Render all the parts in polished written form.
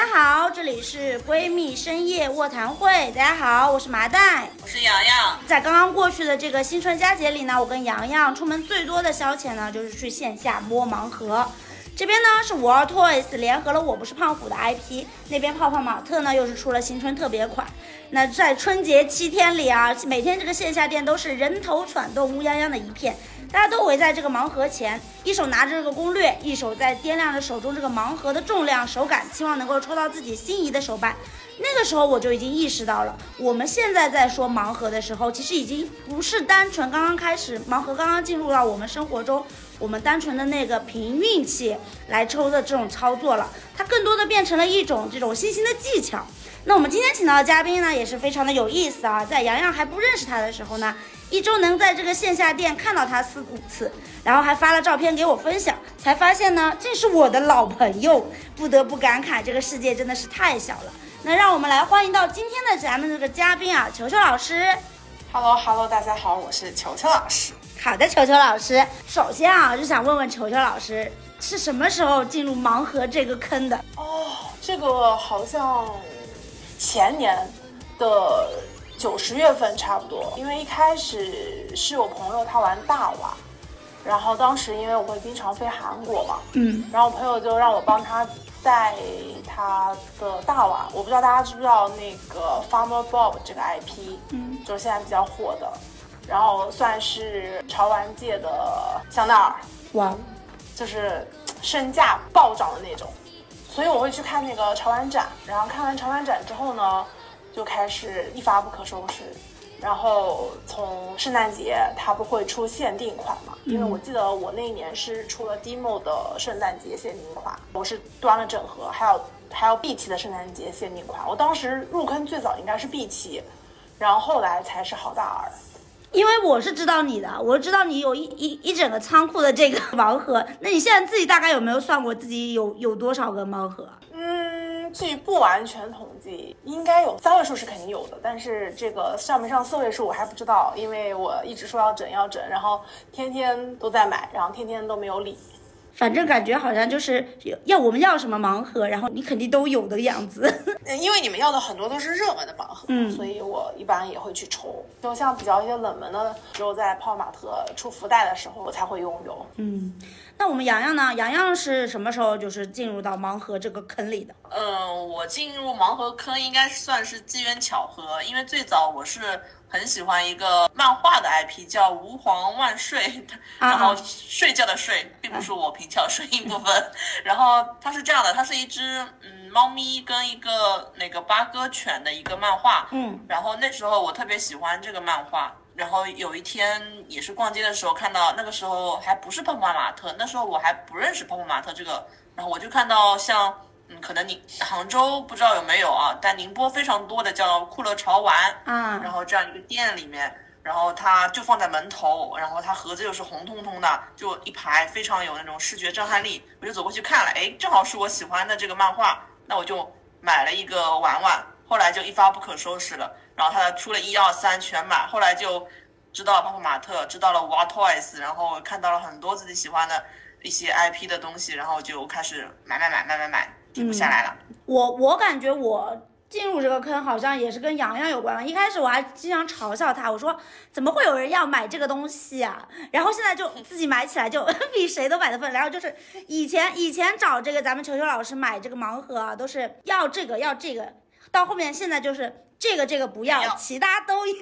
好，这里是闺蜜深夜卧谈会。大家好，我是麻袋， 我是洋洋。 在刚刚过去的这个新春佳节里呢，我跟洋洋出门最多的消遣呢，就是去线下摸盲盒。这边呢是 World Toys 联合了我不是胖虎的 IP， 那边泡泡玛特呢又是出了新春特别款。那在春节7天里啊，每天这个线下店都是人头攒动，乌泱泱的一片，大家都围在这个盲盒前，一手拿着这个攻略，一手在掂量着手中这个盲盒的重量手感，希望能够抽到自己心仪的手办。那个时候我就已经意识到了，我们现在在说盲盒的时候，其实已经不是单纯刚刚开始，盲盒刚刚进入到我们生活中，我们单纯的那个凭运气来抽的这种操作了，它更多的变成了一种这种新兴的技巧。那我们今天请到的嘉宾呢，也是非常的有意思啊，在洋洋还不认识他的时候呢，一周能在这个线下店看到他4-5次，然后还发了照片给我分享，才发现呢，竟是我的老朋友，不得不感慨这个世界真的是太小了。那让我们来欢迎到今天的咱们这个嘉宾啊，球球老师。 Hello， 大家好，我是球球老师。 好的，球球老师，首先啊，就想问问球球老师，是什么时候进入盲盒这个坑的？ 这个好像前年的9、10月份差不多，因为一开始是我朋友他玩大瓦，然后当时因为我会经常飞韩国嘛，然后我朋友就让我帮他带他的大瓦，我不知道大家知不知道那个 Farmer Bob 这个 IP，就是现在比较火的，然后算是潮玩界的香奈儿， 哇， 就是身价暴涨的那种，所以我会去看那个潮玩展，然后看完潮玩展之后呢，就开始一发不可收拾。然后从圣诞节它不会出限定款嘛，因为我记得我那一年是出了 Demo 的圣诞节限定款，我是端了整盒，还有 B 期的圣诞节限定款。我当时入坑最早应该是 B 期，然后后来才是好大儿。 因为我是知道你的，我知道你有一整个仓库的这个盲盒，那你现在自己大概有没有算过自己有多少个盲盒？ 据不完全统计，应该有3位数是肯定有的，但是这个上没上4位数我还不知道，因为我一直说要整，然后天天都在买，然后天天都没有理。 反正感觉好像就是我们要什么盲盒，然后你肯定都有的样子。 因为你们要的很多都是热门的盲盒，所以我一般也会去抽。就像比较一些冷门的，只有在泡玛特出福袋的时候我才会拥有。 那我们洋洋呢？洋洋是什么时候就是进入到盲盒这个坑里的？ 我进入盲盒坑应该算是机缘巧合，因为最早我是很喜欢一个漫画的 IP 叫吾皇万岁，然后睡觉的睡并不是我平翘舌音部分，然后它是这样的，它是一只猫咪跟一个那个巴哥犬的一个漫画，然后那时候我特别喜欢这个漫画。然后有一天也是逛街的时候看到，那个时候还不是泡泡玛特，那时候我还不认识泡泡玛特这个，然后我就看到像可能你杭州不知道有没有啊，但宁波非常多的叫酷乐潮玩然后这样一个店里面，然后它就放在门头，然后它盒子又是红彤彤的，就一排非常有那种视觉震撼力，我就走过去看了，正好是我喜欢的这个漫画，那我就买了一个玩玩，后来就一发不可收拾了。然后他出了1、2、3全买，后来就知道了泡泡玛特，知道了 World Toys， 然后看到了很多自己喜欢的一些 IP 的东西，然后就开始买，停不下来了。 我感觉我进入这个坑好像也是跟洋洋有关了。一开始我还经常嘲笑他，我说怎么会有人要买这个东西啊？然后现在就自己买起来就比谁都买的分。然后就是以前找这个咱们球球老师买这个盲盒啊，都是要这个，到后面现在就是这个不要，其他都要。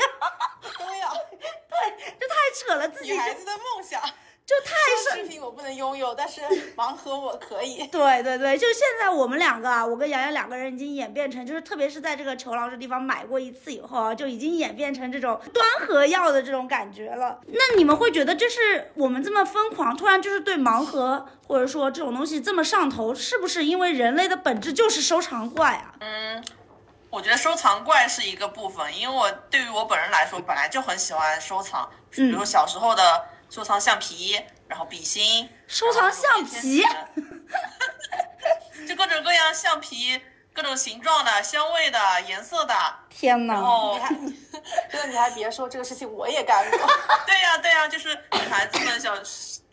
对，这太扯了，自己女孩子的梦想。 就太奢侈品我不能拥有，但是盲盒我可以。 对，就现在我们两个啊，我跟洋洋2个人已经演变成，就是特别是在这个球老师地方买过1次以后啊，就已经演变成这种端盒要的这种感觉了。那你们会觉得这是我们这么疯狂，突然就是对盲盒或者说这种东西这么上头，是不是因为人类的本质就是收藏怪啊？ 我觉得收藏怪是一个部分，因为对于我本人来说，本来就很喜欢收藏，比如小时候的收藏橡皮，然后笔芯， 收藏橡皮， 就各种各样橡皮，各种形状的、香味的、颜色的。 天哪！ 然后你还别说，这个事情我也干过。 对呀，就是女孩子们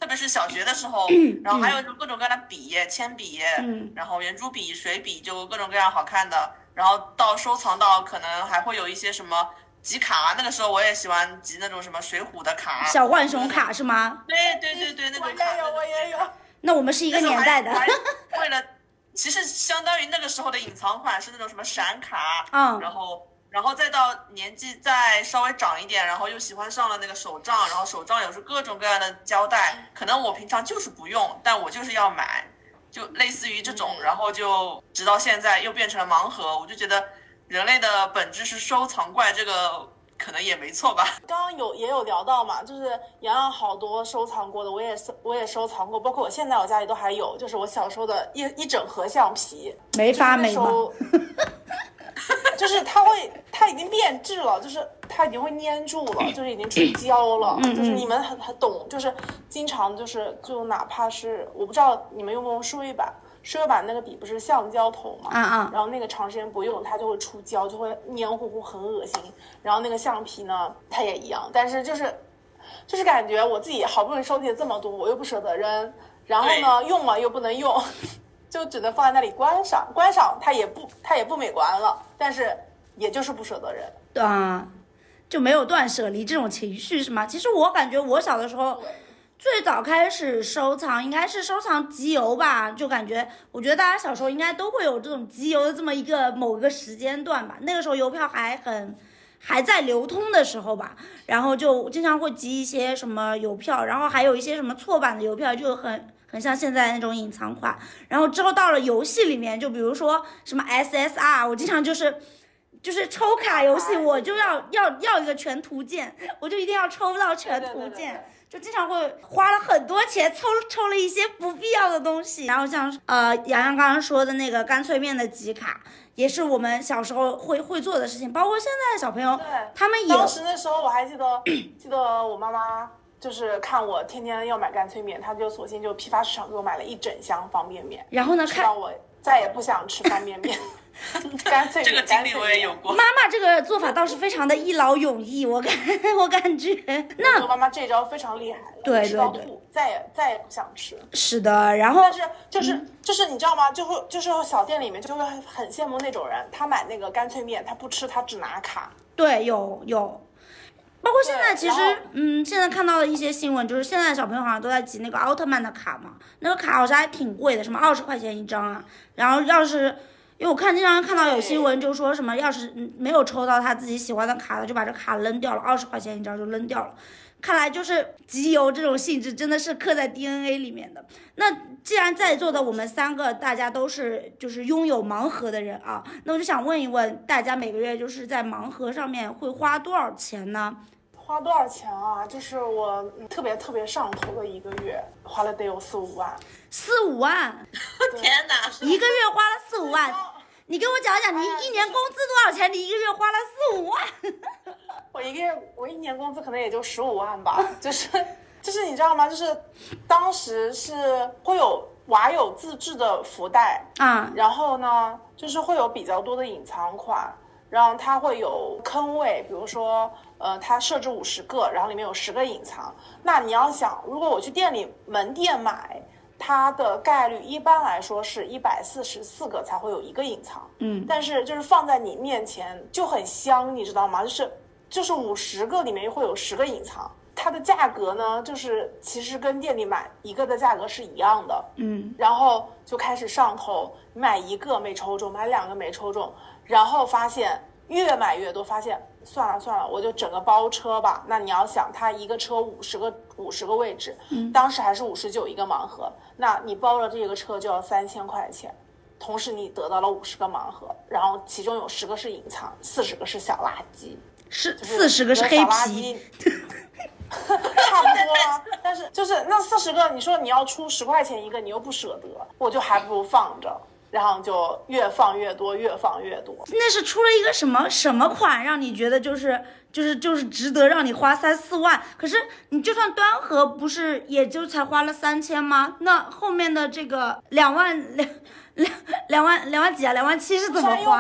特别是小学的时候，然后还有各种各样的笔、铅笔，然后圆珠笔、水笔，就各种各样好看的。然后到收藏到可能还会有一些什么集卡，那个时候我也喜欢集那种什么水浒的卡， 小浣熊卡是吗？ 对，那种卡。 我也有。 那我们是一个年代的。 为了，其实相当于那个时候的隐藏款是那种什么闪卡，然后再到年纪再稍微长一点，然后又喜欢上了那个手账，然后手账也是各种各样的胶带，可能我平常就是不用，但我就是要买，就类似于这种，然后就直到现在又变成了盲盒。我就觉得人类的本质是收藏怪，这个可能也没错吧。 刚刚也有聊到嘛，就是洋洋好多收藏过的，我也收藏过，包括我现在我家里都还有，就是我小时候的一整盒橡皮， 没发霉吗？ 就是它已经变质了，就是它已经会粘住了，就是已经出胶了。就是你们很懂，就是经常就哪怕是我不知道你们用不用数位板，数位板那个底不是橡胶头嘛，然后那个长时间不用它就会出胶，就会黏糊糊，很恶心。然后那个橡皮呢，它也一样，但是就是感觉我自己好不容易收集了这么多，我又不舍得扔，然后呢用嘛又不能用。就只能放在那里观赏，它也不美观了，但是也就是不舍得扔就没有断舍离这种情绪是吗？其实我感觉我小的时候最早开始收藏应该是收藏集邮吧，就感觉我觉得大家小时候应该都会有这种集邮的这么一个某个时间段吧，那个时候邮票还在流通的时候吧，然后就经常会集一些什么邮票，然后还有一些什么错版的邮票，就很像现在那种隐藏款。然后之后到了游戏里面，就比如说什么 SSR， 我经常就是抽卡游戏，我就要一个全图鉴，我就一定要抽到全图鉴。就经常会花了很多钱抽了一些不必要的东西。然后像洋洋刚刚说的那个干脆面的集卡，也是我们小时候会做的事情，包括现在的小朋友，他们也当时那时候我还记得我妈妈就是看我天天要买干脆面，她就索性就批发市场给我买了一整箱方便面， 然后呢， 直到我再也不想吃方便面。干脆面， 这个经历我也有过。 妈妈这个做法倒是非常的一劳永逸，我感觉。那我妈妈这招非常厉害， 对， 再也不想吃。 是的，然后但是就是你知道吗？就是小店里面就会很羡慕那种人，他买那个干脆面，他不吃，他只拿卡。 对，有。包括现在其实，现在看到的一些新闻，就是现在小朋友好像都在集那个奥特曼的卡嘛，那个卡好像还挺贵的，什么20块钱一张啊。然后要是因为我经常看到有新闻，就说什么要是没有抽到他自己喜欢的卡的，就把这卡扔掉了，20块钱一张就扔掉了。看来就是集邮这种性质真的是刻在 DNA 里面的。那既然在座的我们3个大家都是就是拥有盲盒的人啊，那我就想问一问大家，每个月就是在盲盒上面会花多少钱呢？ 花多少钱啊？就是我特别上头的一个月，花了得有4-5万。 4-5万？ 天哪！ 一个月花了4-5万？你给我讲讲，你一年工资多少钱？你一个月花了4-5万？ 我一年工资可能也就15万吧。就是你知道吗？就是当时是会有娃有自制的福袋啊， 然后呢，就是会有比较多的隐藏款。然后它会有坑位，比如说，它设置50个，然后里面有10个隐藏。那你要想，如果我去门店买，它的概率一般来说是144个才会有1个隐藏。但是就是放在你面前就很香，你知道吗？就是50个里面会有10个隐藏。它的价格呢，就是其实跟店里买一个的价格是一样的。然后就开始上头，买1个没抽中，买2个没抽中。然后发现越买越多，发现算了，我就整个包车吧。那你要想，它一个车50个位置，当时还是59一个盲盒，那你包了这个车就要3000块钱，同时你得到了50个盲盒，然后其中有10个是隐藏，40个是小垃圾， 是40个是黑皮。 差不多啊，但是就是那40个，你说你要出10块钱一个，你又不舍得，我就还不如放着。然后就越放越多，越放越多。 那是出了一个什么款，让你觉得就是值得让你花3-4万？可是你就算端盒，不是也就才花了3000吗？那后面的这个2万几啊，2万7是怎么花的？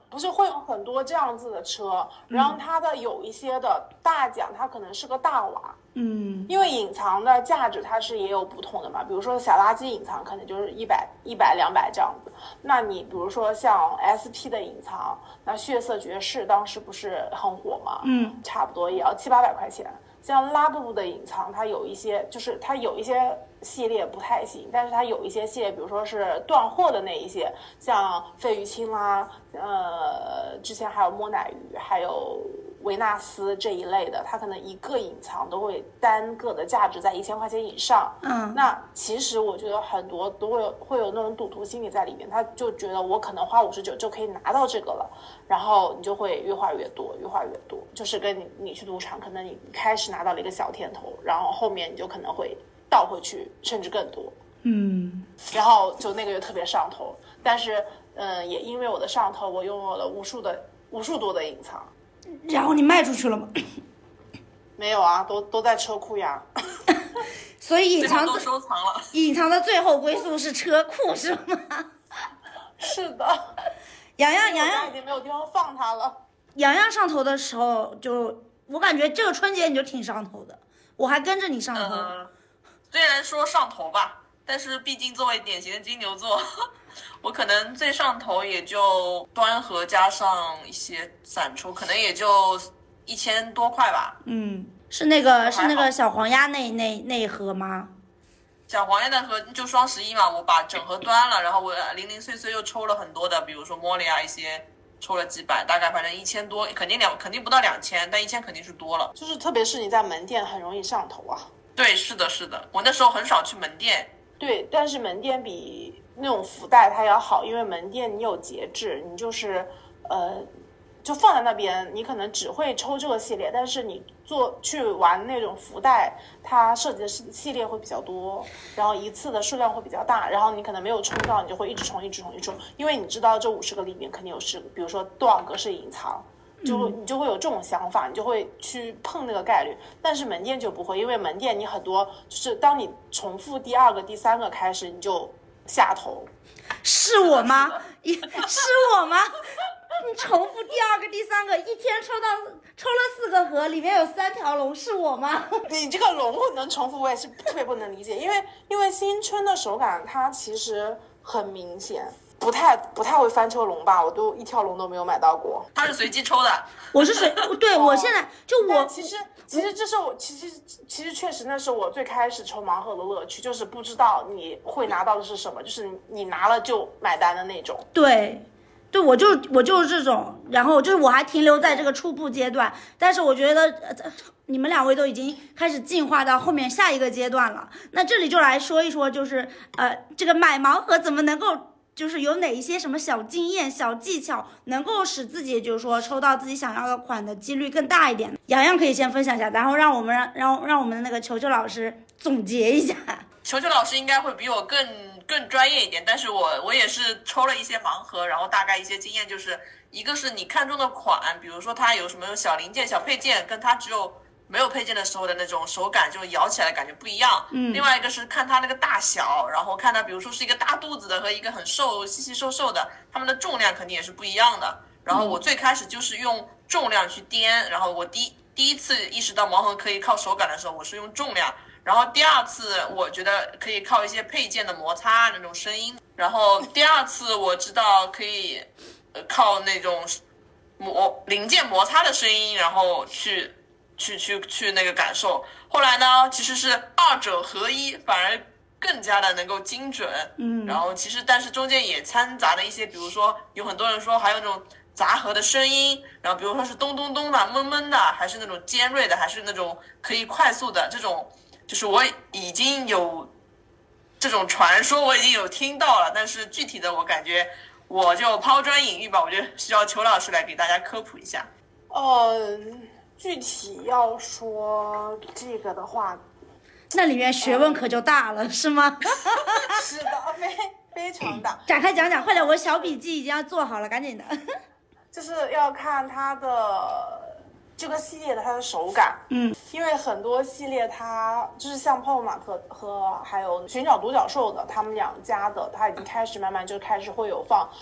不是会有很多这样子的车，然后它的有一些的大奖它可能是个大娃，因为隐藏的价值它是也有不同的嘛，比如说小垃圾隐藏可能就是100、200这样子，那你比如说像 SP 的隐藏，那血色爵士当时不是很火嘛，差不多也要700-800块钱。像拉布布的隐藏，它有一些就是它有一些系列不太行，但是它有一些系列，比如说是断货的那一些，像费玉清啦，之前还有莫乃鱼，还有维纳斯这一类的，它可能一个隐藏都会单个的价值在1000块钱以上。那其实我觉得很多都会有那种赌徒心理在里面，他就觉得我可能花59就可以拿到这个了，然后你就会越花越多，越花越多，就是跟你去赌场，可能你开始拿到了一个小甜头，然后后面你就可能会倒回去，甚至更多。然后就那个月特别上头，但是也因为我的上头，我拥有了无数多的隐藏。 然后你卖出去了吗？ 没有啊，都在车库呀。 所以隐藏都收藏了。 隐藏的最后归宿是车库是吗？ 是的。 洋洋已经没有地方放它了。 洋洋上头的时候，就我感觉这个春节你就挺上头的，我还跟着你上头。 虽然说上头吧，但是毕竟作为典型的金牛座，我可能最上头也就端盒加上一些散抽，可能也就1000多块吧。 是那个小黄鸭那一盒吗？ 小黄鸭的盒就双11嘛，我把整盒端了，然后我零零碎碎又抽了很多的，比如说茉莉啊一些，抽了几百，大概反正1000多，肯定不到2000，但1000肯定是多了。 就是特别是你在门店很容易上头啊。 对，是的，我那时候很少去门店。 对，但是门店比那种福袋它要好，因为门店你有节制，你就是就放在那边，你可能只会抽这个系列，但是你去玩那种福袋，它涉及的系列会比较多，然后一次的数量会比较大，然后你可能没有冲到，你就会一直冲，因为你知道这50个里面肯定有10个，比如说多少个是隐藏。你就会有这种想法，你就会去碰那个概率，但是门店就不会，因为门店你很多就是当你重复第2个、第3个开始，你就下头。 是我吗？是我吗？你重复第2个、第3个，一天抽了4个盒，里面有3条龙，是我吗？ 你这个龙能重复，我也是特别不能理解，因为新春的手感它其实很明显。不太会翻车龙吧，我都一条龙都没有买到过。 他是随机抽的， 我是对，我现在就我其实这是我其实确实那是我最开始抽盲盒的乐趣，就是不知道你会拿到的是什么，就是你拿了就买单的那种。 对，我就是这种，然后就是我还停留在这个初步阶段，但是我觉得你们2位都已经开始进化到后面下一个阶段了。那这里就来说一说，就是这个买盲盒怎么能够。就是有哪一些什么小经验、小技巧，能够使自己就是说抽到自己想要的款的几率更大一点？洋洋可以先分享一下，然后让我们的那个球球老师总结一下。 球球老师应该会比我更专业一点，但是我也是抽了一些盲盒，然后大概一些经验就是一个是你看中的款，比如说它有什么小零件、小配件，跟它只有没有配件的时候的那种手感，就摇起来感觉不一样。另外一个是看它那个大小，然后看它比如说是一个大肚子的和一个很瘦细细瘦瘦的，它们的重量肯定也是不一样的。然后我最开始就是用重量去掂，然后我第一次意识到盲盒可以靠手感的时候，我是用重量。然后第2次我觉得可以靠一些配件的摩擦那种声音，然后第2次我知道可以靠那种零件摩擦的声音，然后去那个感受。后来呢，其实是2者合一，反而更加的能够精准。然后其实但是中间也掺杂了一些，比如说有很多人说还有那种杂合的声音，然后比如说是咚咚咚的、闷闷的，还是那种尖锐的，还是那种可以快速的这种，就是我已经有这种传说，我已经有听到了，但是具体的我感觉我就抛砖引玉吧，我觉得需要裘老师来给大家科普一下。 具体要说这个的话， 那里面学问可就大了，是吗？ 是的，非常大。 展开讲讲，快点，我小笔记已经要做好了，赶紧的。 就是要看它的这个系列的它的手感，因为很多系列它就是像泡泡玛特和还有寻找独角兽的，他们2家的，它已经开始慢慢就开始会有放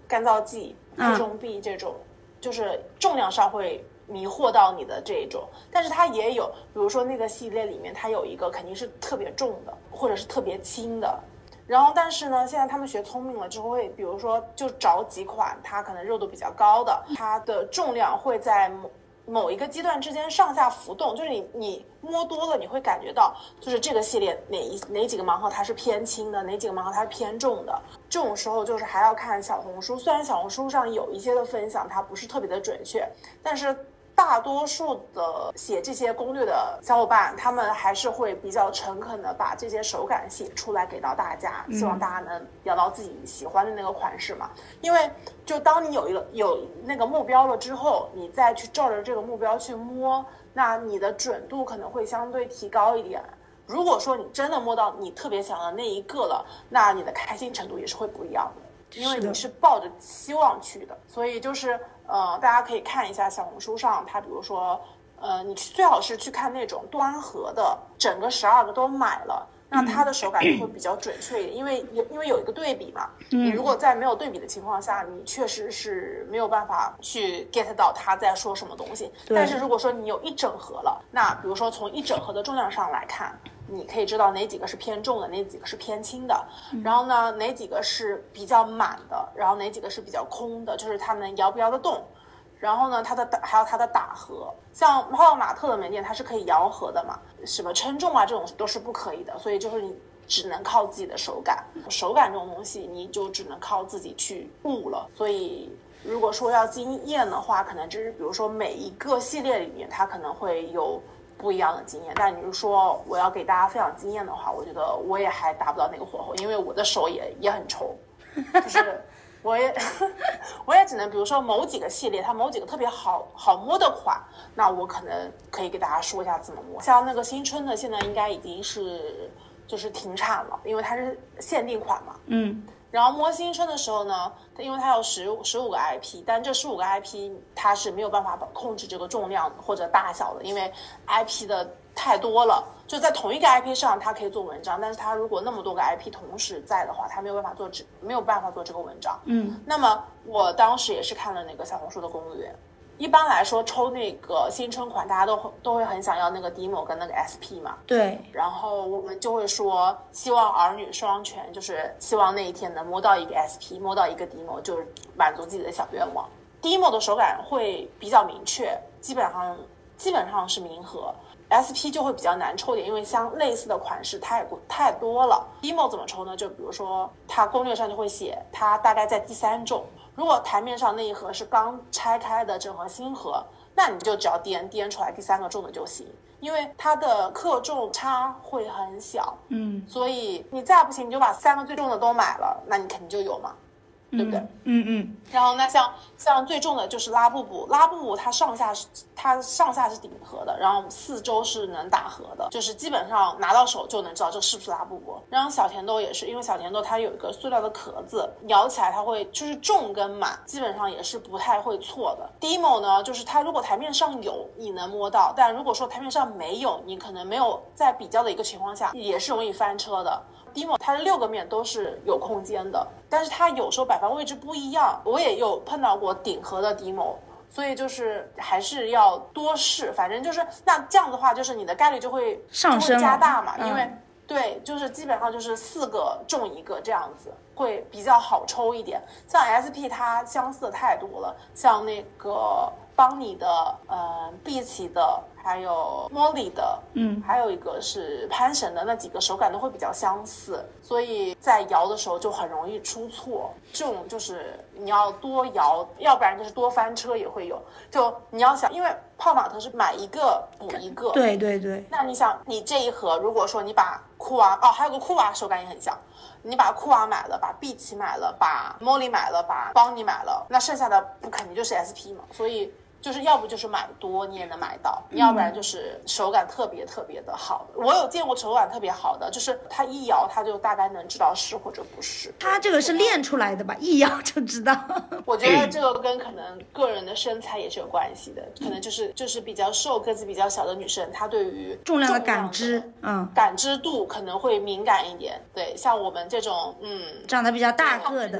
干燥剂、配重臂这种，就是重量上会迷惑到你的这一种。但是它也有，比如说那个系列里面它有一个肯定是特别重的，或者是特别轻的。然后但是呢，现在他们学聪明了之后会，比如说就找几款它可能热度比较高的，它的重量会在某一个阶段之间上下浮动，就是你摸多了，你会感觉到，就是这个系列哪几个盲盒它是偏轻的，哪几个盲盒它是偏重的。这种时候就是还要看小红书，虽然小红书上有一些的分享它不是特别的准确，但是大多数的写这些攻略的小伙伴，他们还是会比较诚恳的把这些手感写出来给到大家，希望大家能聊到自己喜欢的那个款式嘛。因为就当你有那个目标了之后，你再去照着这个目标去摸，那你的准度可能会相对提高一点。如果说你真的摸到你特别想要的那一个了，那你的开心程度也是会不一样的，因为你是抱着希望去的。所以就是大家可以看一下小红书上，它比如说你最好是去看那种端盒的，整个12个都买了，那它的手感就会比较准确一点，因为有一个对比嘛。你如果在没有对比的情况下，你确实是没有办法去 get 到他在说什么东西。但是如果说你有一整盒了，那比如说从一整盒的重量上来看，你可以知道哪几个是偏重的，哪几个是偏轻的，然后呢哪几个是比较满的，然后哪几个是比较空的，就是它们摇不摇得动。然后呢，还有它的打盒，像泡泡玛特的门店它是可以摇盒的嘛，什么称重啊这种都是不可以的，所以就是你只能靠自己的手感，手感这种东西你就只能靠自己去悟了。所以如果说要经验的话，可能就是比如说每一个系列里面它可能会有不一样的经验，但你说我要给大家分享经验的话，我觉得我也还达不到那个火候，因为我的手也很抽，就是我也只能比如说某几个系列它某几个特别好摸的款，那我可能可以给大家说一下怎么摸。像那个新春的现在应该已经是就是停产了，因为它是限定款嘛。然后摸新春的时候呢，因为它有15个 IP， 但这15个 IP 它是没有办法控制这个重量或者大小的，因为 IP 的太多了。就在同一个 IP 上它可以做文章，但是它如果那么多个 IP 同时在的话，它没有办法做这个文章。那么我当时也是看了那个小红书的攻略。一般来说抽那个新春款大家都会很想要那个 Demo 跟那个 SP 嘛。 对， 然后我们就会说希望儿女双全，就是希望那一天能摸到一个 SP， 摸到一个 Demo， 就是满足自己的小愿望。Demo 的手感会比较明确，基本上是明盒。SP 就会比较难抽点，因为像类似的款式太多了。Demo 怎么抽呢？就比如说它攻略上就会写它大概在第3重，如果台面上那一盒是刚拆开的整盒新盒，那你就只要颠出来第3个重的就行，因为它的克重差会很小。所以你再不行你就把3个最重的都买了，那你肯定就有嘛，对不对？然后那像最重的就是拉布布它上下是顶盒的，然后4周是能打盒的，就是基本上拿到手就能知道这是不是拉布布。然后小甜豆也是，因为小甜豆它有一个塑料的壳子，摇起来它会就是重跟满基本上也是不太会错的。Demo 呢，就是它如果台面上有你能摸到，但如果说台面上没有，你可能没有在比较的一个情况下也是容易翻车的。Demo 它的6个面都是有空间的，但是它有时候摆放位置不一样，我也有碰到过顶盒的 Demo， 所以就是还是要多试，反正就是那这样的话就是你的概率就会上升加大嘛，因为对，就是基本上就是4个中1个这样子，会比较好抽一点。像 SP 它相似的太多了，像那个邦尼的碧琪的还有茉莉的还有一个是潘神的，那几个手感都会比较相似，所以在摇的时候就很容易出错。这种就是你要多摇，要不然就是多翻车也会有。就你要想，因为泡玛特是买一个补一个， 对对对。 那你想，你这一盒如果说你把库娃还有个库娃手感也很像，你把库娃买了，把碧琪买了，把茉莉买了，把邦尼买了，那剩下的不肯定就是 SP 嘛，所以就是要不就是买多你也能买到，要不然就是手感特别特别的好的。我有见过手感特别好的，就是它一摇它就大概能知道是或者不是。 它这个是练出来的吧？一摇就知道。 我觉得这个跟可能个人的身材也是有关系的，可能就是比较瘦个子比较小的女生，她对于重量的感知感知度可能会敏感一点。对，像我们这种长得比较大个的。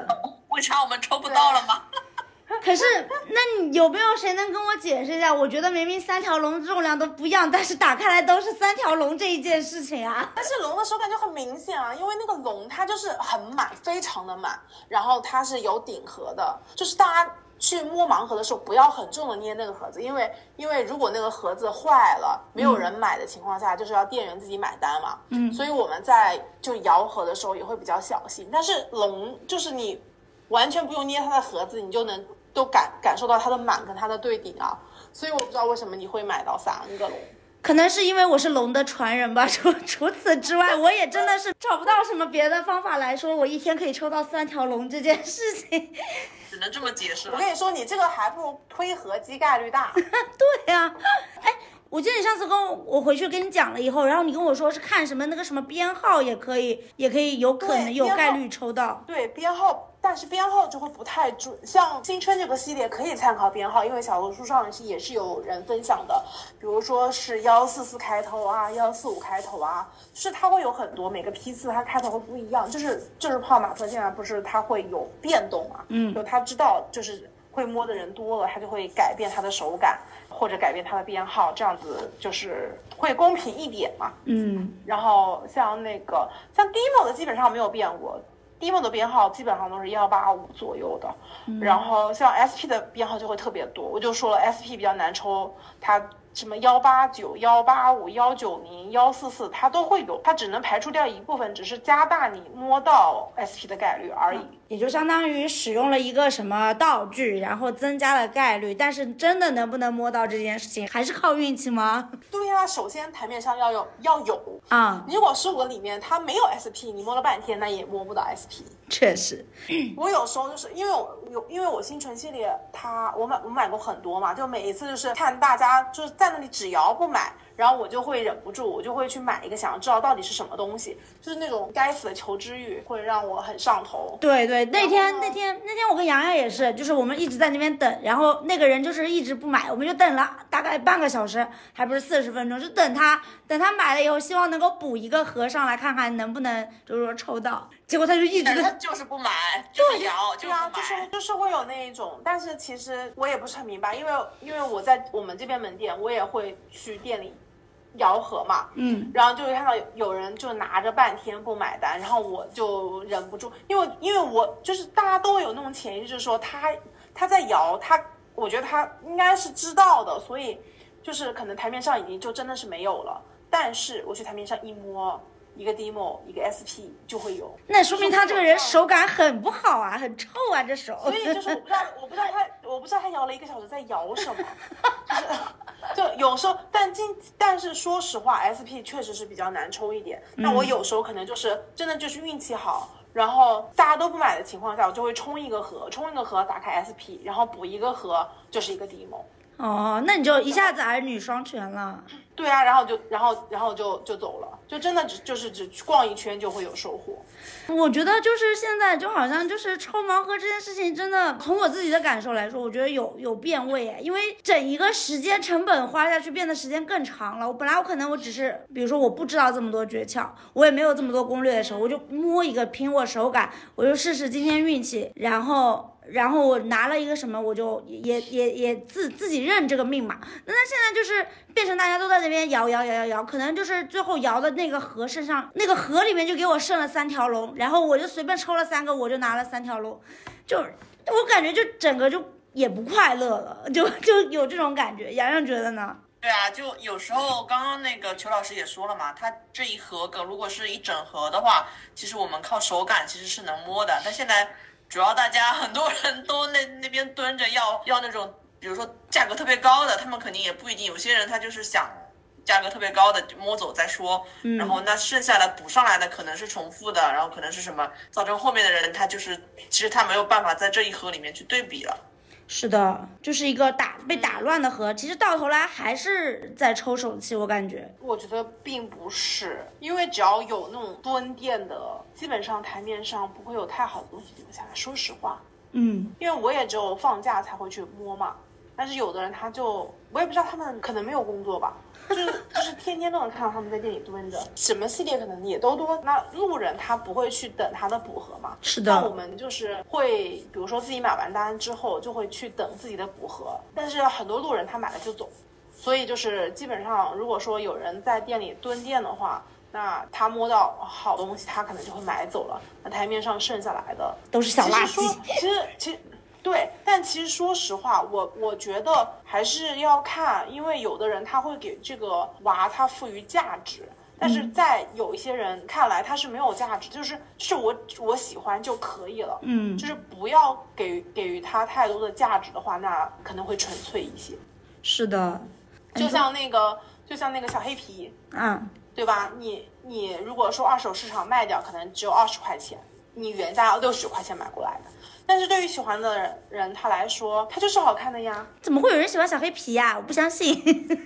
为啥我们抽不到了吗？ 可是，那你有没有谁能跟我解释一下？我觉得明明3条龙重量都不一样，但是打开来都是3条龙这一件事情啊。 但是龙的手感就很明显啊，因为那个龙它就是很满，非常的满，然后它是有顶盒的，就是大家去摸盲盒的时候不要很重的捏那个盒子，因为如果那个盒子坏了，没有人买的情况下，就是要店员自己买单嘛。所以我们在就摇盒的时候也会比较小心。但是龙就是你完全不用捏它的盒子，你就能都感受到它的满跟它的对顶啊，所以我不知道为什么你会买到3个龙。 可能是因为我是龙的传人吧。除此之外，我也真的是找不到什么别的方法来说我一天可以抽到3条龙这件事情。 只能这么解释了。 我跟你说，你这个还不如推合机概率大。 对呀、哎，我记得你上次我回去跟你讲了以后，然后你跟我说是看什么那个什么编号也可以有可能有概率抽到。 对，编号。但是编号就会不太准，像新春这个系列可以参考编号，因为小红书上也是有人分享的，比如说是144开头啊，145开头啊，就是它会有很多每个批次它开头会不一样，就是泡马特现在不是它会有变动嘛，就他知道就是会摸的人多了，他就会改变它的手感或者改变它的编号，这样子就是会公平一点嘛。然后像Demo 的基本上没有变过。Demo 的编号基本上都是185左右的，然后像 SP 的编号就会特别多。我就说了 SP 比较难抽，它什么189、185、190、144它都会有，它只能排除掉一部分，只是加大你摸到 SP 的概率而已。 也就相当于使用了一个什么道具，然后增加了概率，但是真的能不能摸到这件事情，还是靠运气吗？ 对呀、首先台面上要有啊。 如果15个里面它没有 SP， 你摸了半天那也摸不到 SP。 确实， 我有时候就是因为我新纯系列我买过很多嘛，就每一次就是看大家就是在那里只摇不买，然后我就会忍不住，我就会去买一个，想要知道到底是什么东西，就是那种该死的求知欲会让我很上头。 对，那天我跟洋洋也是，就是我们一直在那边等，然后那个人就是一直不买，我们就等了大概半个小时，还不是40分钟，就等他买了以后，希望能够补一个盒上来看看能不能就是说抽到，结果他就一直他就是不买，就是摇， 对啊，就是会有那一种，但是其实我也不是很明白，因为我在我们这边门店，我也会去店里摇盒嘛，然后就会看到有人就拿着半天不买单，然后我就忍不住，因为我就是大家都有那种潜意识，就是说他在摇，我觉得他应该是知道的，所以就是可能台面上已经就真的是没有了，但是我去台面上一摸。一个 Demo 一个 SP 就会有， 那说明他这个人手感很不好啊，很臭啊，这手。 所以就是我不知道他摇了1个小时在摇什么，就有时候，但是说实话 ，SP 确实是比较难抽一点。那我有时候可能就是真的就是运气好，然后大家都不买的情况下，我就会冲一个盒打开 SP， 然后补一个盒就是一个 Demo。 哦，那你就一下子儿女双全了。 对啊，然后就走了，就真的只逛一圈就会有收获。 我觉得就是现在就好像就是抽盲盒这件事情，真的从我自己的感受来说，我觉得有变味，因为整一个时间成本花下去变得时间更长了。本来我可能我只是比如说我不知道这么多诀窍，我也没有这么多攻略的时候，我就摸一个凭我手感，我就试试今天运气，然后我拿了一个什么，我就也自己认这个命嘛。那现在就是变成大家都在那边摇，可能就是最后摇的那个盒身上，那个盒里面就给我剩了3条龙，然后我就随便抽了3个，我就拿了3条龙，就我感觉就整个就也不快乐了，就有这种感觉。洋洋觉得呢？ 对啊，就有时候刚刚那个裘老师也说了嘛，他这一盒如果是一整盒的话，其实我们靠手感其实是能摸的，但现在主要大家很多人都那边蹲着要那种，比如说价格特别高的，他们肯定也不一定，有些人他就是想价格特别高的摸走再说，然后那剩下的补上来的可能是重复的，然后可能是什么，造成后面的人他就是其实他没有办法在这一盒里面去对比了。 是的，就是一个被打乱的盒，其实到头来还是在抽手气，我感觉。 我觉得并不是，因为只要有那种蹲店的，基本上台面上不会有太好的东西留下来。说实话，因为我也只有放假才会去摸嘛。但是有的人他就，我也不知道他们可能没有工作吧， 就是天天都能看到他们在店里蹲着，什么系列可能也都多。那路人他不会去等他的补盒嘛？ 是的。 那我们就是会，比如说自己买完单之后，就会去等自己的补盒。但是很多路人他买了就走，所以就是基本上，如果说有人在店里蹲店的话，那他摸到好东西，他可能就会买走了。那台面上剩下来的都是小垃圾。 其实。对，但其实说实话，我觉得还是要看，因为有的人他会给这个娃他赋予价值，但是在有一些人看来他是没有价值，就是我喜欢就可以了，就是不要给予他太多的价值的话，那可能会纯粹一些。 是的， 就像那个小黑皮，对吧？你如果说二手市场卖掉，可能只有20块钱，你原价要60块钱买过来的。但是对于喜欢的人他来说，它就是好看的呀。 怎么会有人喜欢小黑皮呀？我不相信。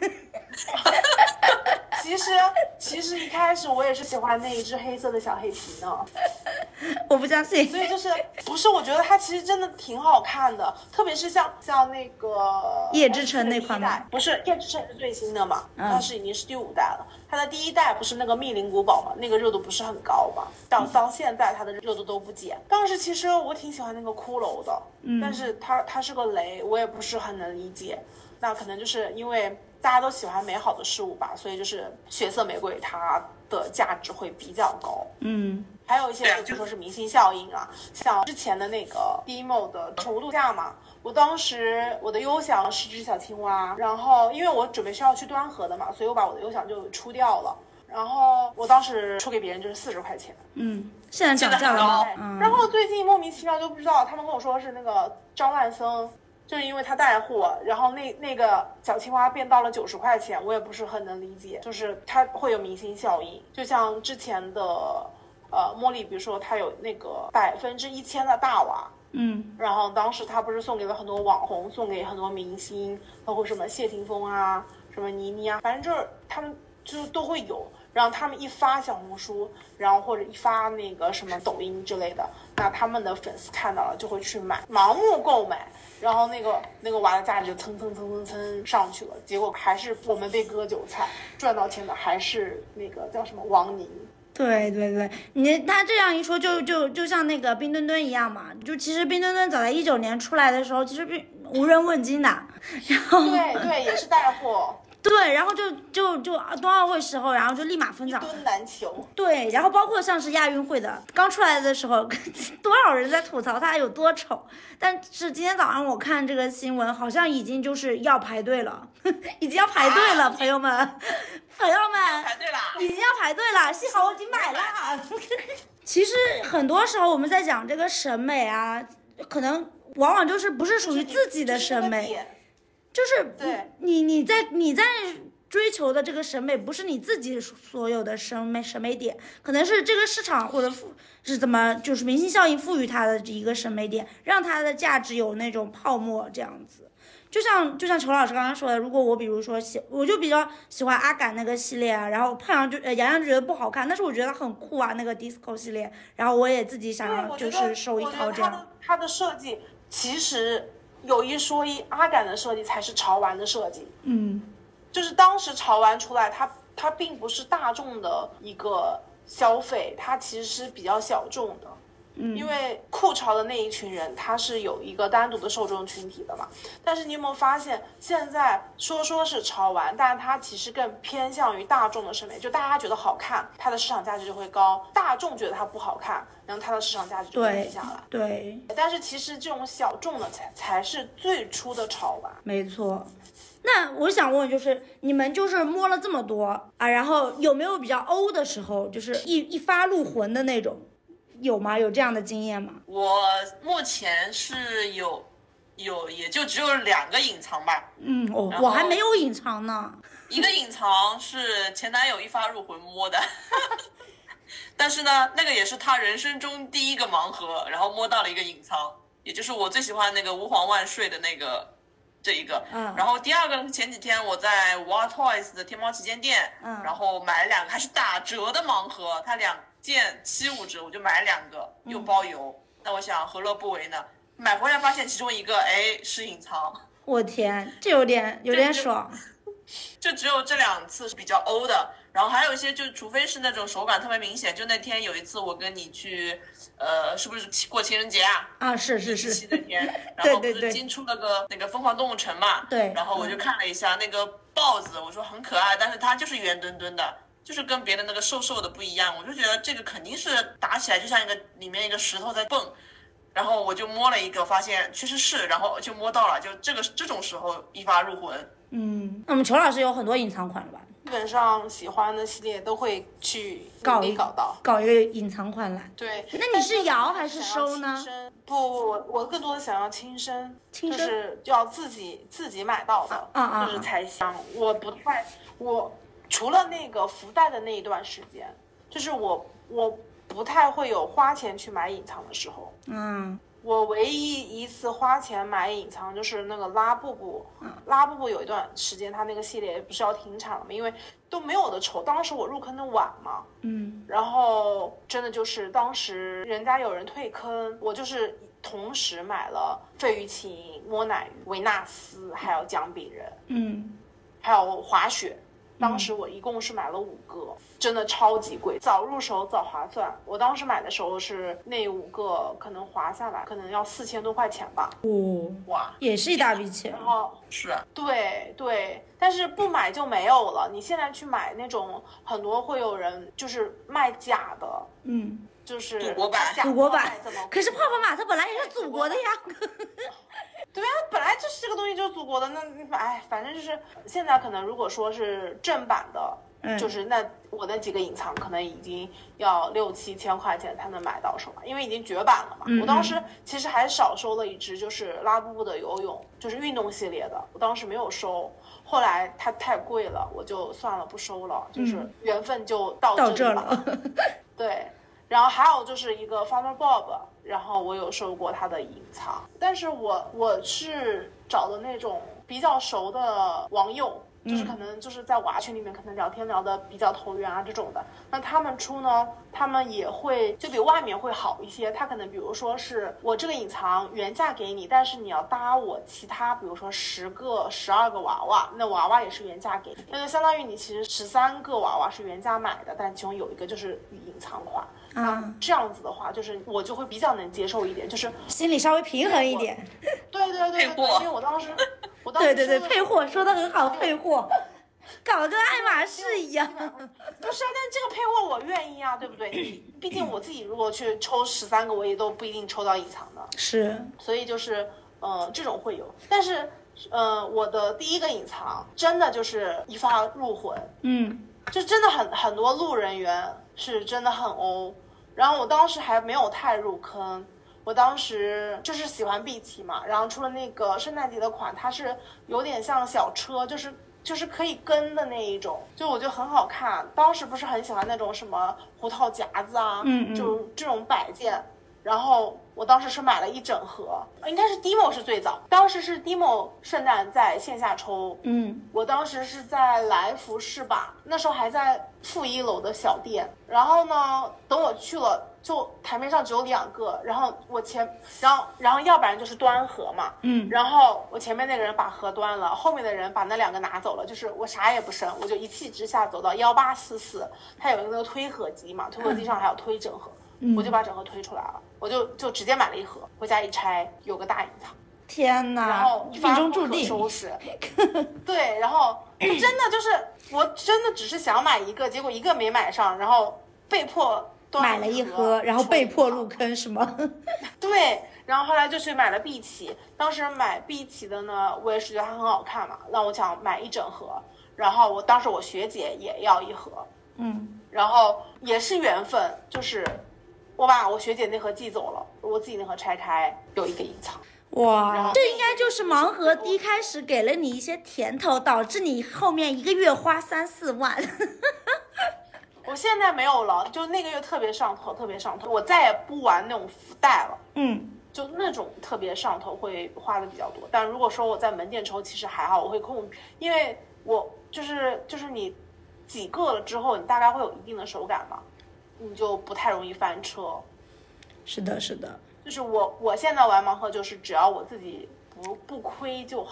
其实一开始我也是喜欢那一只黑色的小黑皮呢。 我不相信。 所以就是不是，我觉得它其实真的挺好看的，特别是像那个夜之城那款嘛， 不是夜之城是最新的嘛，它是已经是第5代了。它的第1代不是那个密林古堡嘛，那个热度不是很高嘛，到现在它的热度都不减。当时其实我挺喜欢那个骷髅的，但是它是个雷，我也不是很能理解。那可能就是因为大家都喜欢美好的事物吧，所以就是血色玫瑰它的价值会比较高。还有一些比如说是明星效应啊，像之前的那个 Demo 的宠物度假嘛，我当时我的优享是只小青蛙，然后因为我准备是要去端盒的嘛，所以我把我的优享就出掉了，然后我当时出给别人就是40块钱。 现在涨价了吗？ 然后最近莫名其妙就不知道，他们跟我说是那个张万森，就是因为他带货，然后那个小青蛙变到了90块钱，我也不是很能理解，就是它会有明星效应，就像之前的茉莉，比如说它有那个1000%的大娃，然后当时他不是送给了很多网红，送给很多明星，包括什么谢霆锋啊，什么倪妮啊，反正就是他们就是都会有。然后他们一发小红书，然后或者一发那个什么抖音之类的，那他们的粉丝看到了就会去买，盲目购买，然后那个娃的价值就蹭上去了，结果还是我们被割韭菜，赚到钱的还是那个叫什么王宁。 对，他这样一说，就像那个冰墩墩一样嘛，就其实冰墩墩早在19年出来的时候，其实无人问津的，然后对，也是带货。 对，然后就冬奥会时候，然后就立马疯涨， 一吨难求。 对，然后包括像是亚运会的刚出来的时候，多少人在吐槽它有多丑，但是今天早上我看这个新闻，好像已经就是要排队了，已经要排队了，朋友们， 排队了， 已经要排队了，幸好我已经买了。其实很多时候我们在讲这个审美啊，可能往往就是不是属于自己的审美。就是你在追求的这个审美，不是你自己所有的审美点，可能是这个市场或者是怎么就是明星效应赋予它的一个审美点，让它的价值有那种泡沫这样子。就像裘老师刚刚说的，如果我比如说我就比较喜欢阿感那个系列啊，然后杨洋就觉得不好看，但是我觉得很酷啊，那个 disco 系列，然后我也自己想要就是收一套这样。 它的设计其实。有一说一，阿感的设计才是潮玩的设计。就是当时潮玩出来，它并不是大众的一个消费，它其实是比较小众的。因为酷潮的那一群人，他是有一个单独的受众群体的嘛。但是你有没有发现，现在说是潮玩，但是它其实更偏向于大众的审美，就大家觉得好看，它的市场价值就会高；大众觉得它不好看，然后它的市场价值就会低下来。 对。 但是其实这种小众的才是最初的潮玩。 没错。那我想问，就是你们就是摸了这么多啊，然后有没有比较欧的时候，就是一发入魂的那种？有吗？有这样的经验吗？ 我目前是有，也就只有2个隐藏吧。 我还没有隐藏呢。 一个隐藏是前男友一发入魂摸的，但是呢，那个也是他人生中第一个盲盒，然后摸到了一个隐藏，也就是我最喜欢那个吾皇万岁的这一个。然后第2个前几天我在 War Toys 的天猫旗舰店，然后买了2个还是打折的盲盒，它2件75折，我就买了2个，又包邮。那我想何乐不为呢？买回来发现其中一个是隐藏。 我天，这有点爽。 就只有这2次是比较欧的，然后还有一些就除非是那种手感特别明显，就那天有一次我跟你去，是不是过情人节啊？ 啊，是那天，然后不是对新出了个那个疯狂动物城嘛？ 对， 然后我就看了一下那个豹子，我说很可爱，但是它就是圆墩墩的。就是跟别的那个瘦瘦的不一样，我就觉得这个肯定是打起来就像里面一个石头在蹦，然后我就摸了一个，发现确实是，然后就摸到了，就这种时候一发入魂。 那我们裘老师有很多隐藏款了吧？ 基本上喜欢的系列都会去搞一个隐藏款来。 对， 那你是摇还是收呢？ 不，我更多的想要亲身，就是要自己买到的，就是才香。我除了那个福袋的那一段时间，就是我不太会有花钱去买隐藏的时候。我唯一一次花钱买隐藏就是那个拉布布，拉布布有一段时间它那个系列不是要停产了吗？因为都没有的抽，当时我入坑的晚嘛，然后真的就是当时人家有人退坑，我就是同时买了费玉清、摸奶鱼、维纳斯，还有姜饼人，还有滑雪。当时我一共是买了5个，真的超级贵，早入手早划算。我当时买的时候是那5个可能划下来可能要4000多块钱吧。 哇， 也是一大笔钱。 然后是对，但是不买就没有了。你现在去买那种很多会有人就是卖假的，就是祖国版。 可是泡泡玛特本来也是祖国的呀。 对啊，本来就是这个东西就是祖国的，那反正就是现在可能如果说是正版的，就是我那几个隐藏可能已经要6-7千块钱才能买到手吧，因为已经绝版了嘛。我当时其实还少收了一只，就是拉布布的游泳，就是运动系列的，我当时没有收，后来它太贵了，我就算了不收了，就是缘分就到这里了。对。然后还有就是一个 Farmer Bob， 然后我有收过他的隐藏，但是我是找的那种比较熟的网友，就是可能就是在娃群里面可能聊天聊的比较投缘啊这种的，那他们出呢，他们也会就比外面会好一些，他可能比如说是我这个隐藏原价给你，但是你要搭我其他比如说10个12个娃娃，那娃娃也是原价给你，那就相当于你其实13个娃娃是原价买的，但其中有一个就是隐藏款。这样子的话，就是我就会比较能接受一点，就是心里稍微平衡一点。 对，因为我当时对，配货说的很好，配货搞得跟爱马仕一样。 不是啊，但这个配货我愿意啊，对不对？毕竟我自己如果去抽13个，我也都不一定抽到隐藏的。 是， 所以就是这种会有，但是我的第一个隐藏真的就是一发入魂，就真的很多路人缘是真的很欧。然后我当时还没有太入坑，我当时就是喜欢碧琪嘛，然后出了那个圣诞节的款，它是有点像小车，就是可以跟的那一种，就我觉得很好看。当时不是很喜欢那种什么胡桃夹子啊，就这种摆件。然后我当时是买了一整盒，应该是 Demo 是最早，当时是 Demo 圣诞在线下抽，我当时是在来福士吧，那时候还在负1楼的小店，然后呢，等我去了，就台面上只有2个，然后然后要不然就是端盒嘛，然后我前面那个人把盒端了，后面的人把那2个拿走了，就是我啥也不剩，我就一气之下走到1844，它有一个那个推盒机嘛，推盒机上还有推整盒。我就把整盒推出来了，我就直接买了一盒，回家一拆，有个大隐藏。 天哪！ 然后命中注定收拾。对，然后真的就是我真的只是想买一个，结果一个没买上，然后被迫买了一盒，然后被迫入坑是吗？ 对，然后后来就去买了碧琪。当时买碧琪的呢，我也是觉得它很好看嘛，那我想买一整盒。然后当时我学姐也要一盒，然后也是缘分，就是。我把我学姐那盒寄走了，我自己那盒拆开，有一个隐藏。 哇，这应该就是盲盒一开始给了你一些甜头，导致你后面1个月花3-4万。 我现在没有了，就那个月特别上头，我再也不玩那种福袋了。就那种特别上头会花的比较多，但如果说我在门店抽，其实还好，我会控，因为我就是你几个了之后，你大概会有一定的手感嘛。你就不太容易翻车。 是的， 就是我现在玩盲盒，就是只要我自己不亏就好，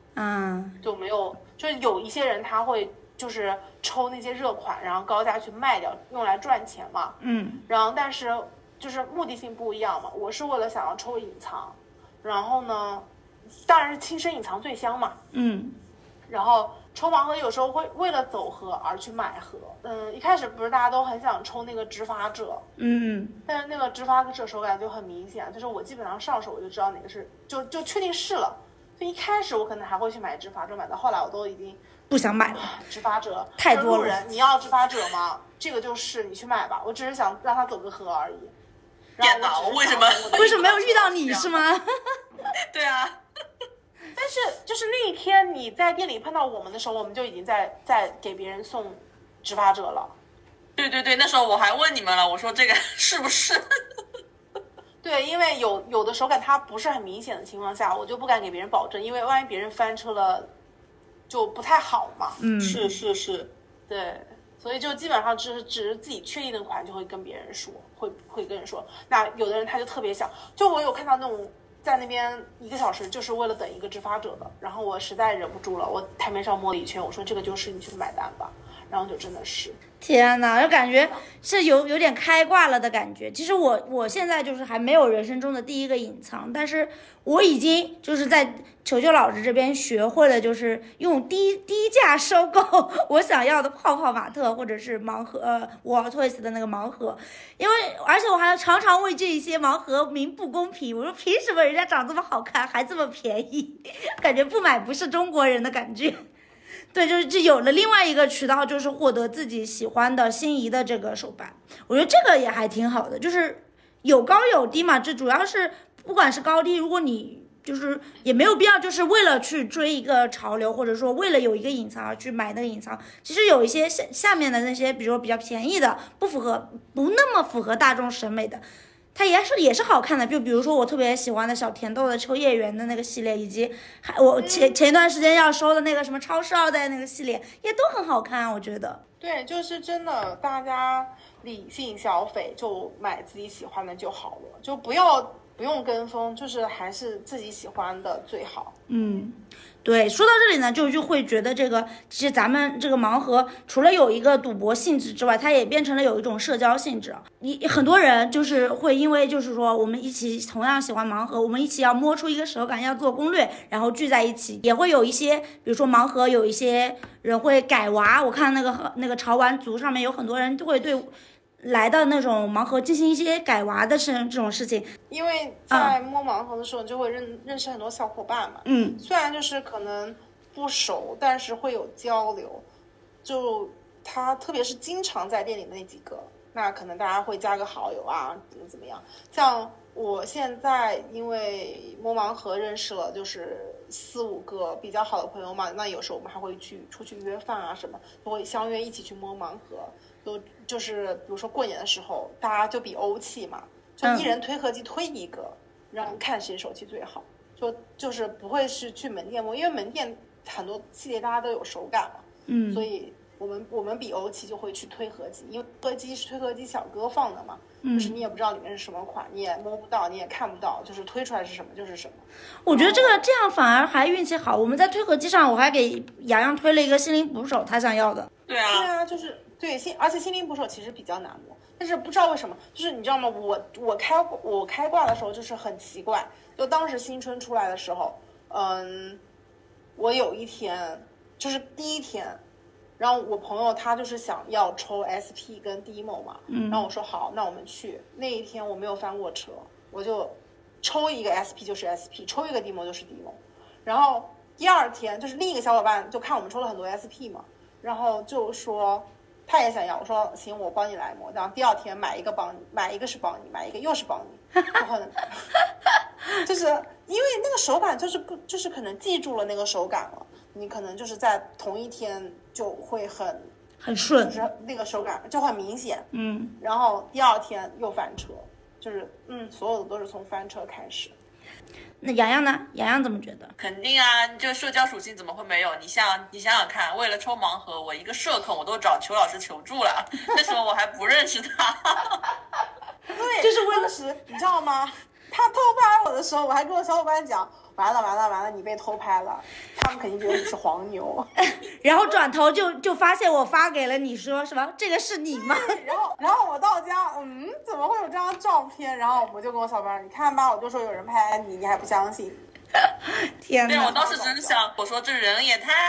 就没有，就是有一些人他会就是抽那些热款，然后高价去卖掉，用来赚钱嘛。然后但是就是目的性不一样嘛，我是为了想要抽隐藏，然后呢，当然是亲身隐藏最香嘛。然后抽盲盒有时候会为了走盒而去买盒。一开始不是大家都很想抽那个执法者，但是那个执法者手感就很明显，就是我基本上上手我就知道哪个是，就确定是了。所以一开始我可能还会去买执法者，买到后来我都已经不想买了。 执法者太多了， 路人你要执法者吗？这个就是你去买吧，我只是想让他走个盒而已。 天哪，我为什么没有遇到你是吗？ 对啊。 但是就是那一天你在店里碰到我们的时候，我们就已经在给别人送执法者了。 对，那时候我还问你们了，我说这个是不是？ 对，因为有的手感它不是很明显的情况下，我就不敢给别人保证，因为万一别人翻车了就不太好嘛。 是， 对，所以就基本上只是自己确定的款就会跟别人说，会跟人说。那有的人他就特别想，就我有看到那种在那边1个小时就是为了等一个执法者的，然后我实在忍不住了，我台面上摸了一圈，我说这个就是你去买单吧，然后就真的是。 天哪，就感觉是有点开挂了的感觉。其实我现在就是还没有人生中的第一个隐藏，但是我已经就是在球球老师这边学会了，就是用低价收购我想要的泡泡玛特或者是盲盒Wartoys 的那个盲盒，因为而且我还常常为这一些盲盒鸣不公平。我说凭什么人家长这么好看还这么便宜？感觉不买不是中国人的感觉。对，就是有了另外一个渠道，就是获得自己喜欢的心仪的这个手办，我觉得这个也还挺好的，就是有高有低嘛，这主要是不管是高低，如果你就是也没有必要就是为了去追一个潮流，或者说为了有一个隐藏而去买那个隐藏。其实有一些下面的那些比如说比较便宜的，不那么符合大众审美的，它也是好看的。就比如说我特别喜欢的小甜豆的秋叶原的那个系列，以及我前一段时间要收的那个什么超市2代那个系列，也都很好看，我觉得。 对，就是真的，大家理性消费，就买自己喜欢的就好了，就不用跟风，就是还是自己喜欢的最好。 对，说到这里呢，就会觉得这个其实咱们这个盲盒除了有一个赌博性质之外，它也变成了有一种社交性质。很多人就是会因为就是说我们一起同样喜欢盲盒，我们一起要摸出一个手感，要做攻略，然后聚在一起。也会有一些，比如说盲盒有一些人会改娃，我看那个潮玩族上面有很多人都会对来的那种盲盒进行一些改娃的这种事情。 因为在摸盲盒的时候，你就会认识很多小伙伴嘛。虽然就是可能不熟，但是会有交流。就他特别是经常在店里的那几个，那可能大家会加个好友啊，怎么样？像我现在因为摸盲盒认识了就是4、5个比较好的朋友嘛，那有时候我们还会出去约饭啊什么，都会相约一起去摸盲盒。就是比如说过年的时候，大家就比欧气嘛，就一人推盒机推一个，然后看谁手气最好。就是不会是去门店摸，因为门店很多系列大家都有手感嘛。所以我们比欧气就会去推盒机，因为盒机是推盒机小哥放的嘛。就是你也不知道里面是什么款，你也摸不到，你也看不到，就是推出来是什么就是什么。 我觉得这样反而还运气好。我们在推盒机上，我还给洋洋推了一个心灵捕手，他想要的。 对啊， 就是对而且心灵捕手其实比较难摸，但是不知道为什么，就是你知道吗？我开挂的时候就是很奇怪，就当时新春出来的时候，我有一天就是第一天。然后我朋友他就是想要抽 SP 跟 Demo 嘛，然后我说好，那我们去。那一天我没有翻过车，我就抽一个 SP 就是 SP， 抽一个 Demo 就是 Demo。然后第二天就是另一个小伙伴就看我们抽了很多 SP 嘛，然后就说他也想要，我说行，我帮你来摸。然后第二天买一个是帮你，买一个又是帮你，就是因为那个手感就是可能记住了那个手感了，你可能就是在同一天就会很顺， 就是那个手感就很明显。然后第二天又翻车，就是所有的都是从翻车开始。 那洋洋呢？洋洋怎么觉得？ 肯定啊，这社交属性怎么会没有？你想想看，为了抽盲盒，我一个社恐我都找裘老师求助了，那时候我还不认识他。 对， 就是为了当时你知道吗？ 他偷拍我的时候，我还跟我小伙伴讲，完了，你被偷拍了，他们肯定觉得你是黄牛。 然后转头就发现我发给了你说什么，这个是你吗？ 然后我到家，怎么会有这张照片？然后我就跟我小伙伴，你看吧，我就说有人拍你，你还不相信。 天哪！ 对，我当时只是想，我说这人也太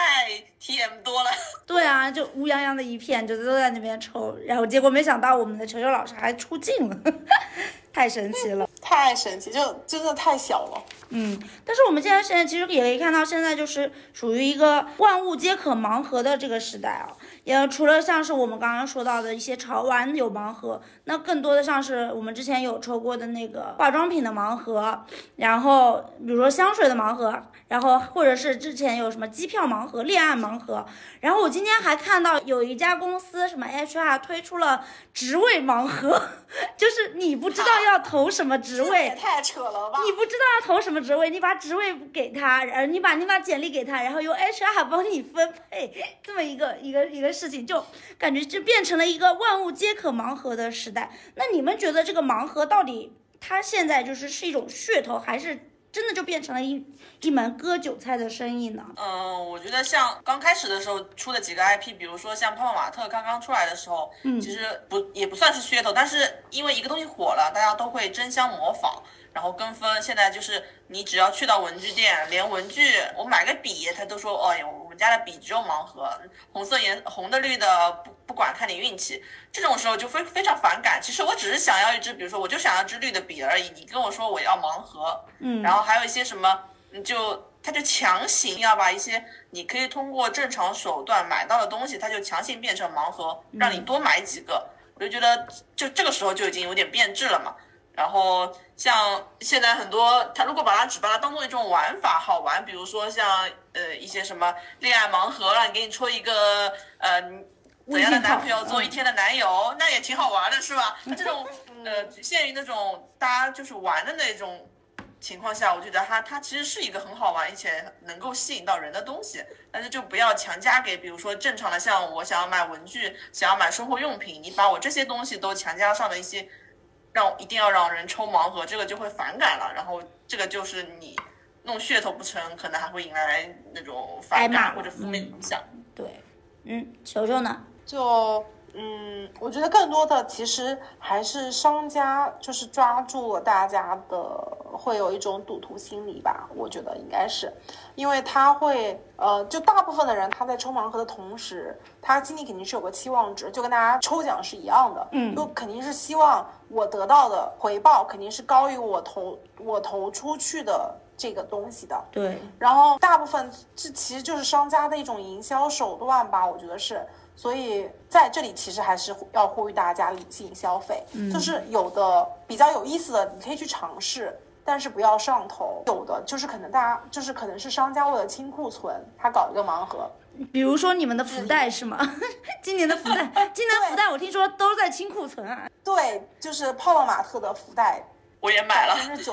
TM 多了。 对啊，就乌泱泱的一片，就都在那边抽，然后结果没想到我们的球球老师还出镜了，太神奇了， 太神奇，就真的太小了。 但是我们现在其实也可以看到，现在就是属于一个万物皆可盲盒的这个时代啊。也除了像是我们刚刚说到的一些潮玩有盲盒，那更多的像是我们之前有抽过的那个化妆品的盲盒，然后比如说香水的盲盒，然后或者是之前有什么机票盲盒、恋爱盲盒，然后我今天还看到有一家公司什么 HR 推出了职位盲盒，就是你不知道要投什么职位， 也太扯了吧！ 你不知道要投什么职位，你把职位给他，你把简历给他，然后由 HR 帮你分配，这么一个事情，就感觉就变成了一个万物皆可盲盒的时代。那你们觉得这个盲盒到底它现在是一种噱头，还是真的就变成了一门割韭菜的生意呢？ 我觉得像刚开始的时候出的几个 IP，比如说像泡泡玛特刚刚出来的时候，其实也不算是噱头，但是因为一个东西火了，大家都会争相模仿，然后跟风。现在就是你只要去到文具店，连文具我买个笔，他都说，哎呦，我们家的笔只有盲盒，红的绿的不管，看你运气。这种时候就非常反感。其实我只是想要一支，比如说我就想要支绿的笔而已，你跟我说我要盲盒，然后还有一些什么，他就强行要把一些你可以通过正常手段买到的东西，他就强行变成盲盒，让你多买几个。我就觉得，就这个时候就已经有点变质了嘛。然后像现在很多，他如果只把它当做一种玩法好玩，比如说像一些什么恋爱盲盒，让你给你抽一个怎样的男朋友做一天的男友，那也挺好玩的，是吧？这种局限于那种大家就是玩的那种情况下，我觉得它其实是一个很好玩而且能够吸引到人的东西，但是就不要强加给，比如说正常的，像我想要买文具，想要买生活用品，你把我这些东西都强加上的一些，一定要让人抽盲盒，这个就会反感了，然后这个就是你弄噱头不成，可能还会引来那种反感或者负面影响。 对，球球呢？ 我觉得更多的其实还是商家就是抓住了大家的，会有一种赌徒心理吧，我觉得应该是，因为他会就大部分的人他在抽盲盒的同时，他心里肯定是有个期望值，就跟大家抽奖是一样的，就肯定是希望我得到的回报肯定是高于我投出去的这个东西的。 对， 然后大部分这其实就是商家的一种营销手段吧，我觉得是。所以在这里其实还是要呼吁大家理性消费，就是有的比较有意思的你可以去尝试，但是不要上头。有的就是可能是商家为了清库存，他搞一个盲盒。 比如说你们的福袋是吗？今年的福袋我听说都在清库存啊。 对，就是泡泡玛特的福袋， 我也买了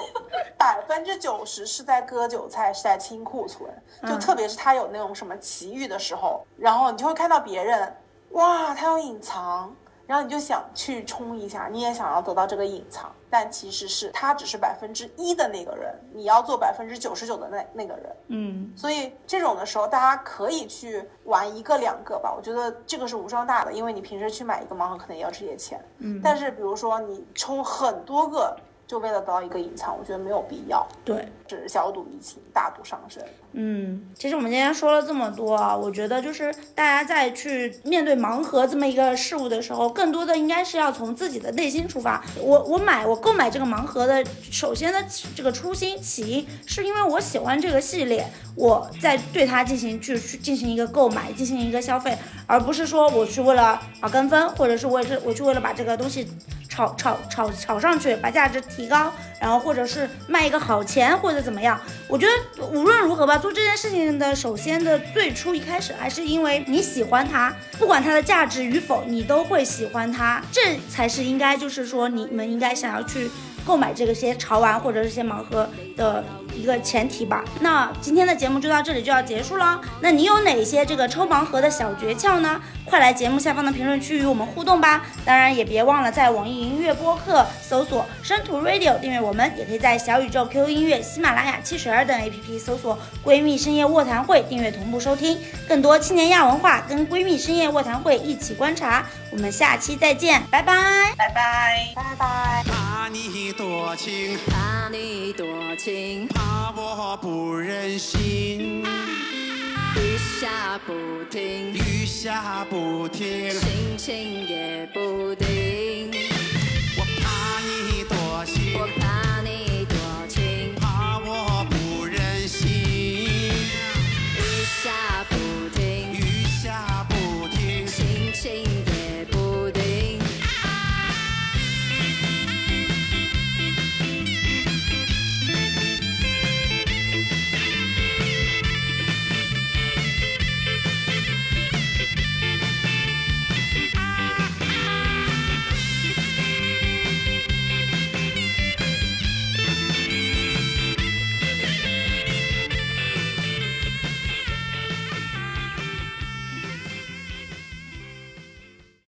，90%是在割韭菜，是在清库存。就特别是他有那种什么奇遇的时候，然后你就会看到别人，哇，他有隐藏，然后你就想去冲一下，你也想要得到这个隐藏，但其实是他只是1%的那个人，你要做99%的那个人。所以这种的时候，大家可以去玩1个2个吧，我觉得这个是无伤大的，因为你平时去买一个盲盒可能也要这些钱。但是比如说你抽很多个，就为了得到一个隐藏，我觉得没有必要。 对， 只是小赌怡情，大赌伤身。 其实我们今天说了这么多啊，我觉得就是大家在去面对盲盒这么一个事物的时候，更多的应该是要从自己的内心出发。我购买这个盲盒的，首先的这个初心起因是因为我喜欢这个系列，我在对它进行一个购买，进行一个消费，而不是说我去为了跟风，或者是我去为了把这个东西炒上去，把价值提高，然后或者是卖一个好钱或者怎么样。我觉得无论如何吧，做这件事情的首先的最初一开始还是因为你喜欢它，不管它的价值与否，你都会喜欢它，这才是应该就是说你们应该想要去购买这些潮玩或者这些盲盒的一个前提吧。那今天的节目就到这里就要结束了，那你有哪些这个抽盲盒的小诀窍呢？快来节目下方的评论区与我们互动吧。当然也别忘了在网易音乐播客搜索生图 Radio 订阅我们，也可以在小宇宙、QQ 音乐、喜马拉雅、汽水儿等 APP 搜索闺蜜深夜卧谈会订阅同步收听更多青年亚文化，跟闺蜜深夜卧谈会一起观察。我们下期再见，拜拜， 拜拜， 拜拜。 怕你多情， 怕你多情， 怕我不忍心， 雨下不停， 雨下不停， 心情也不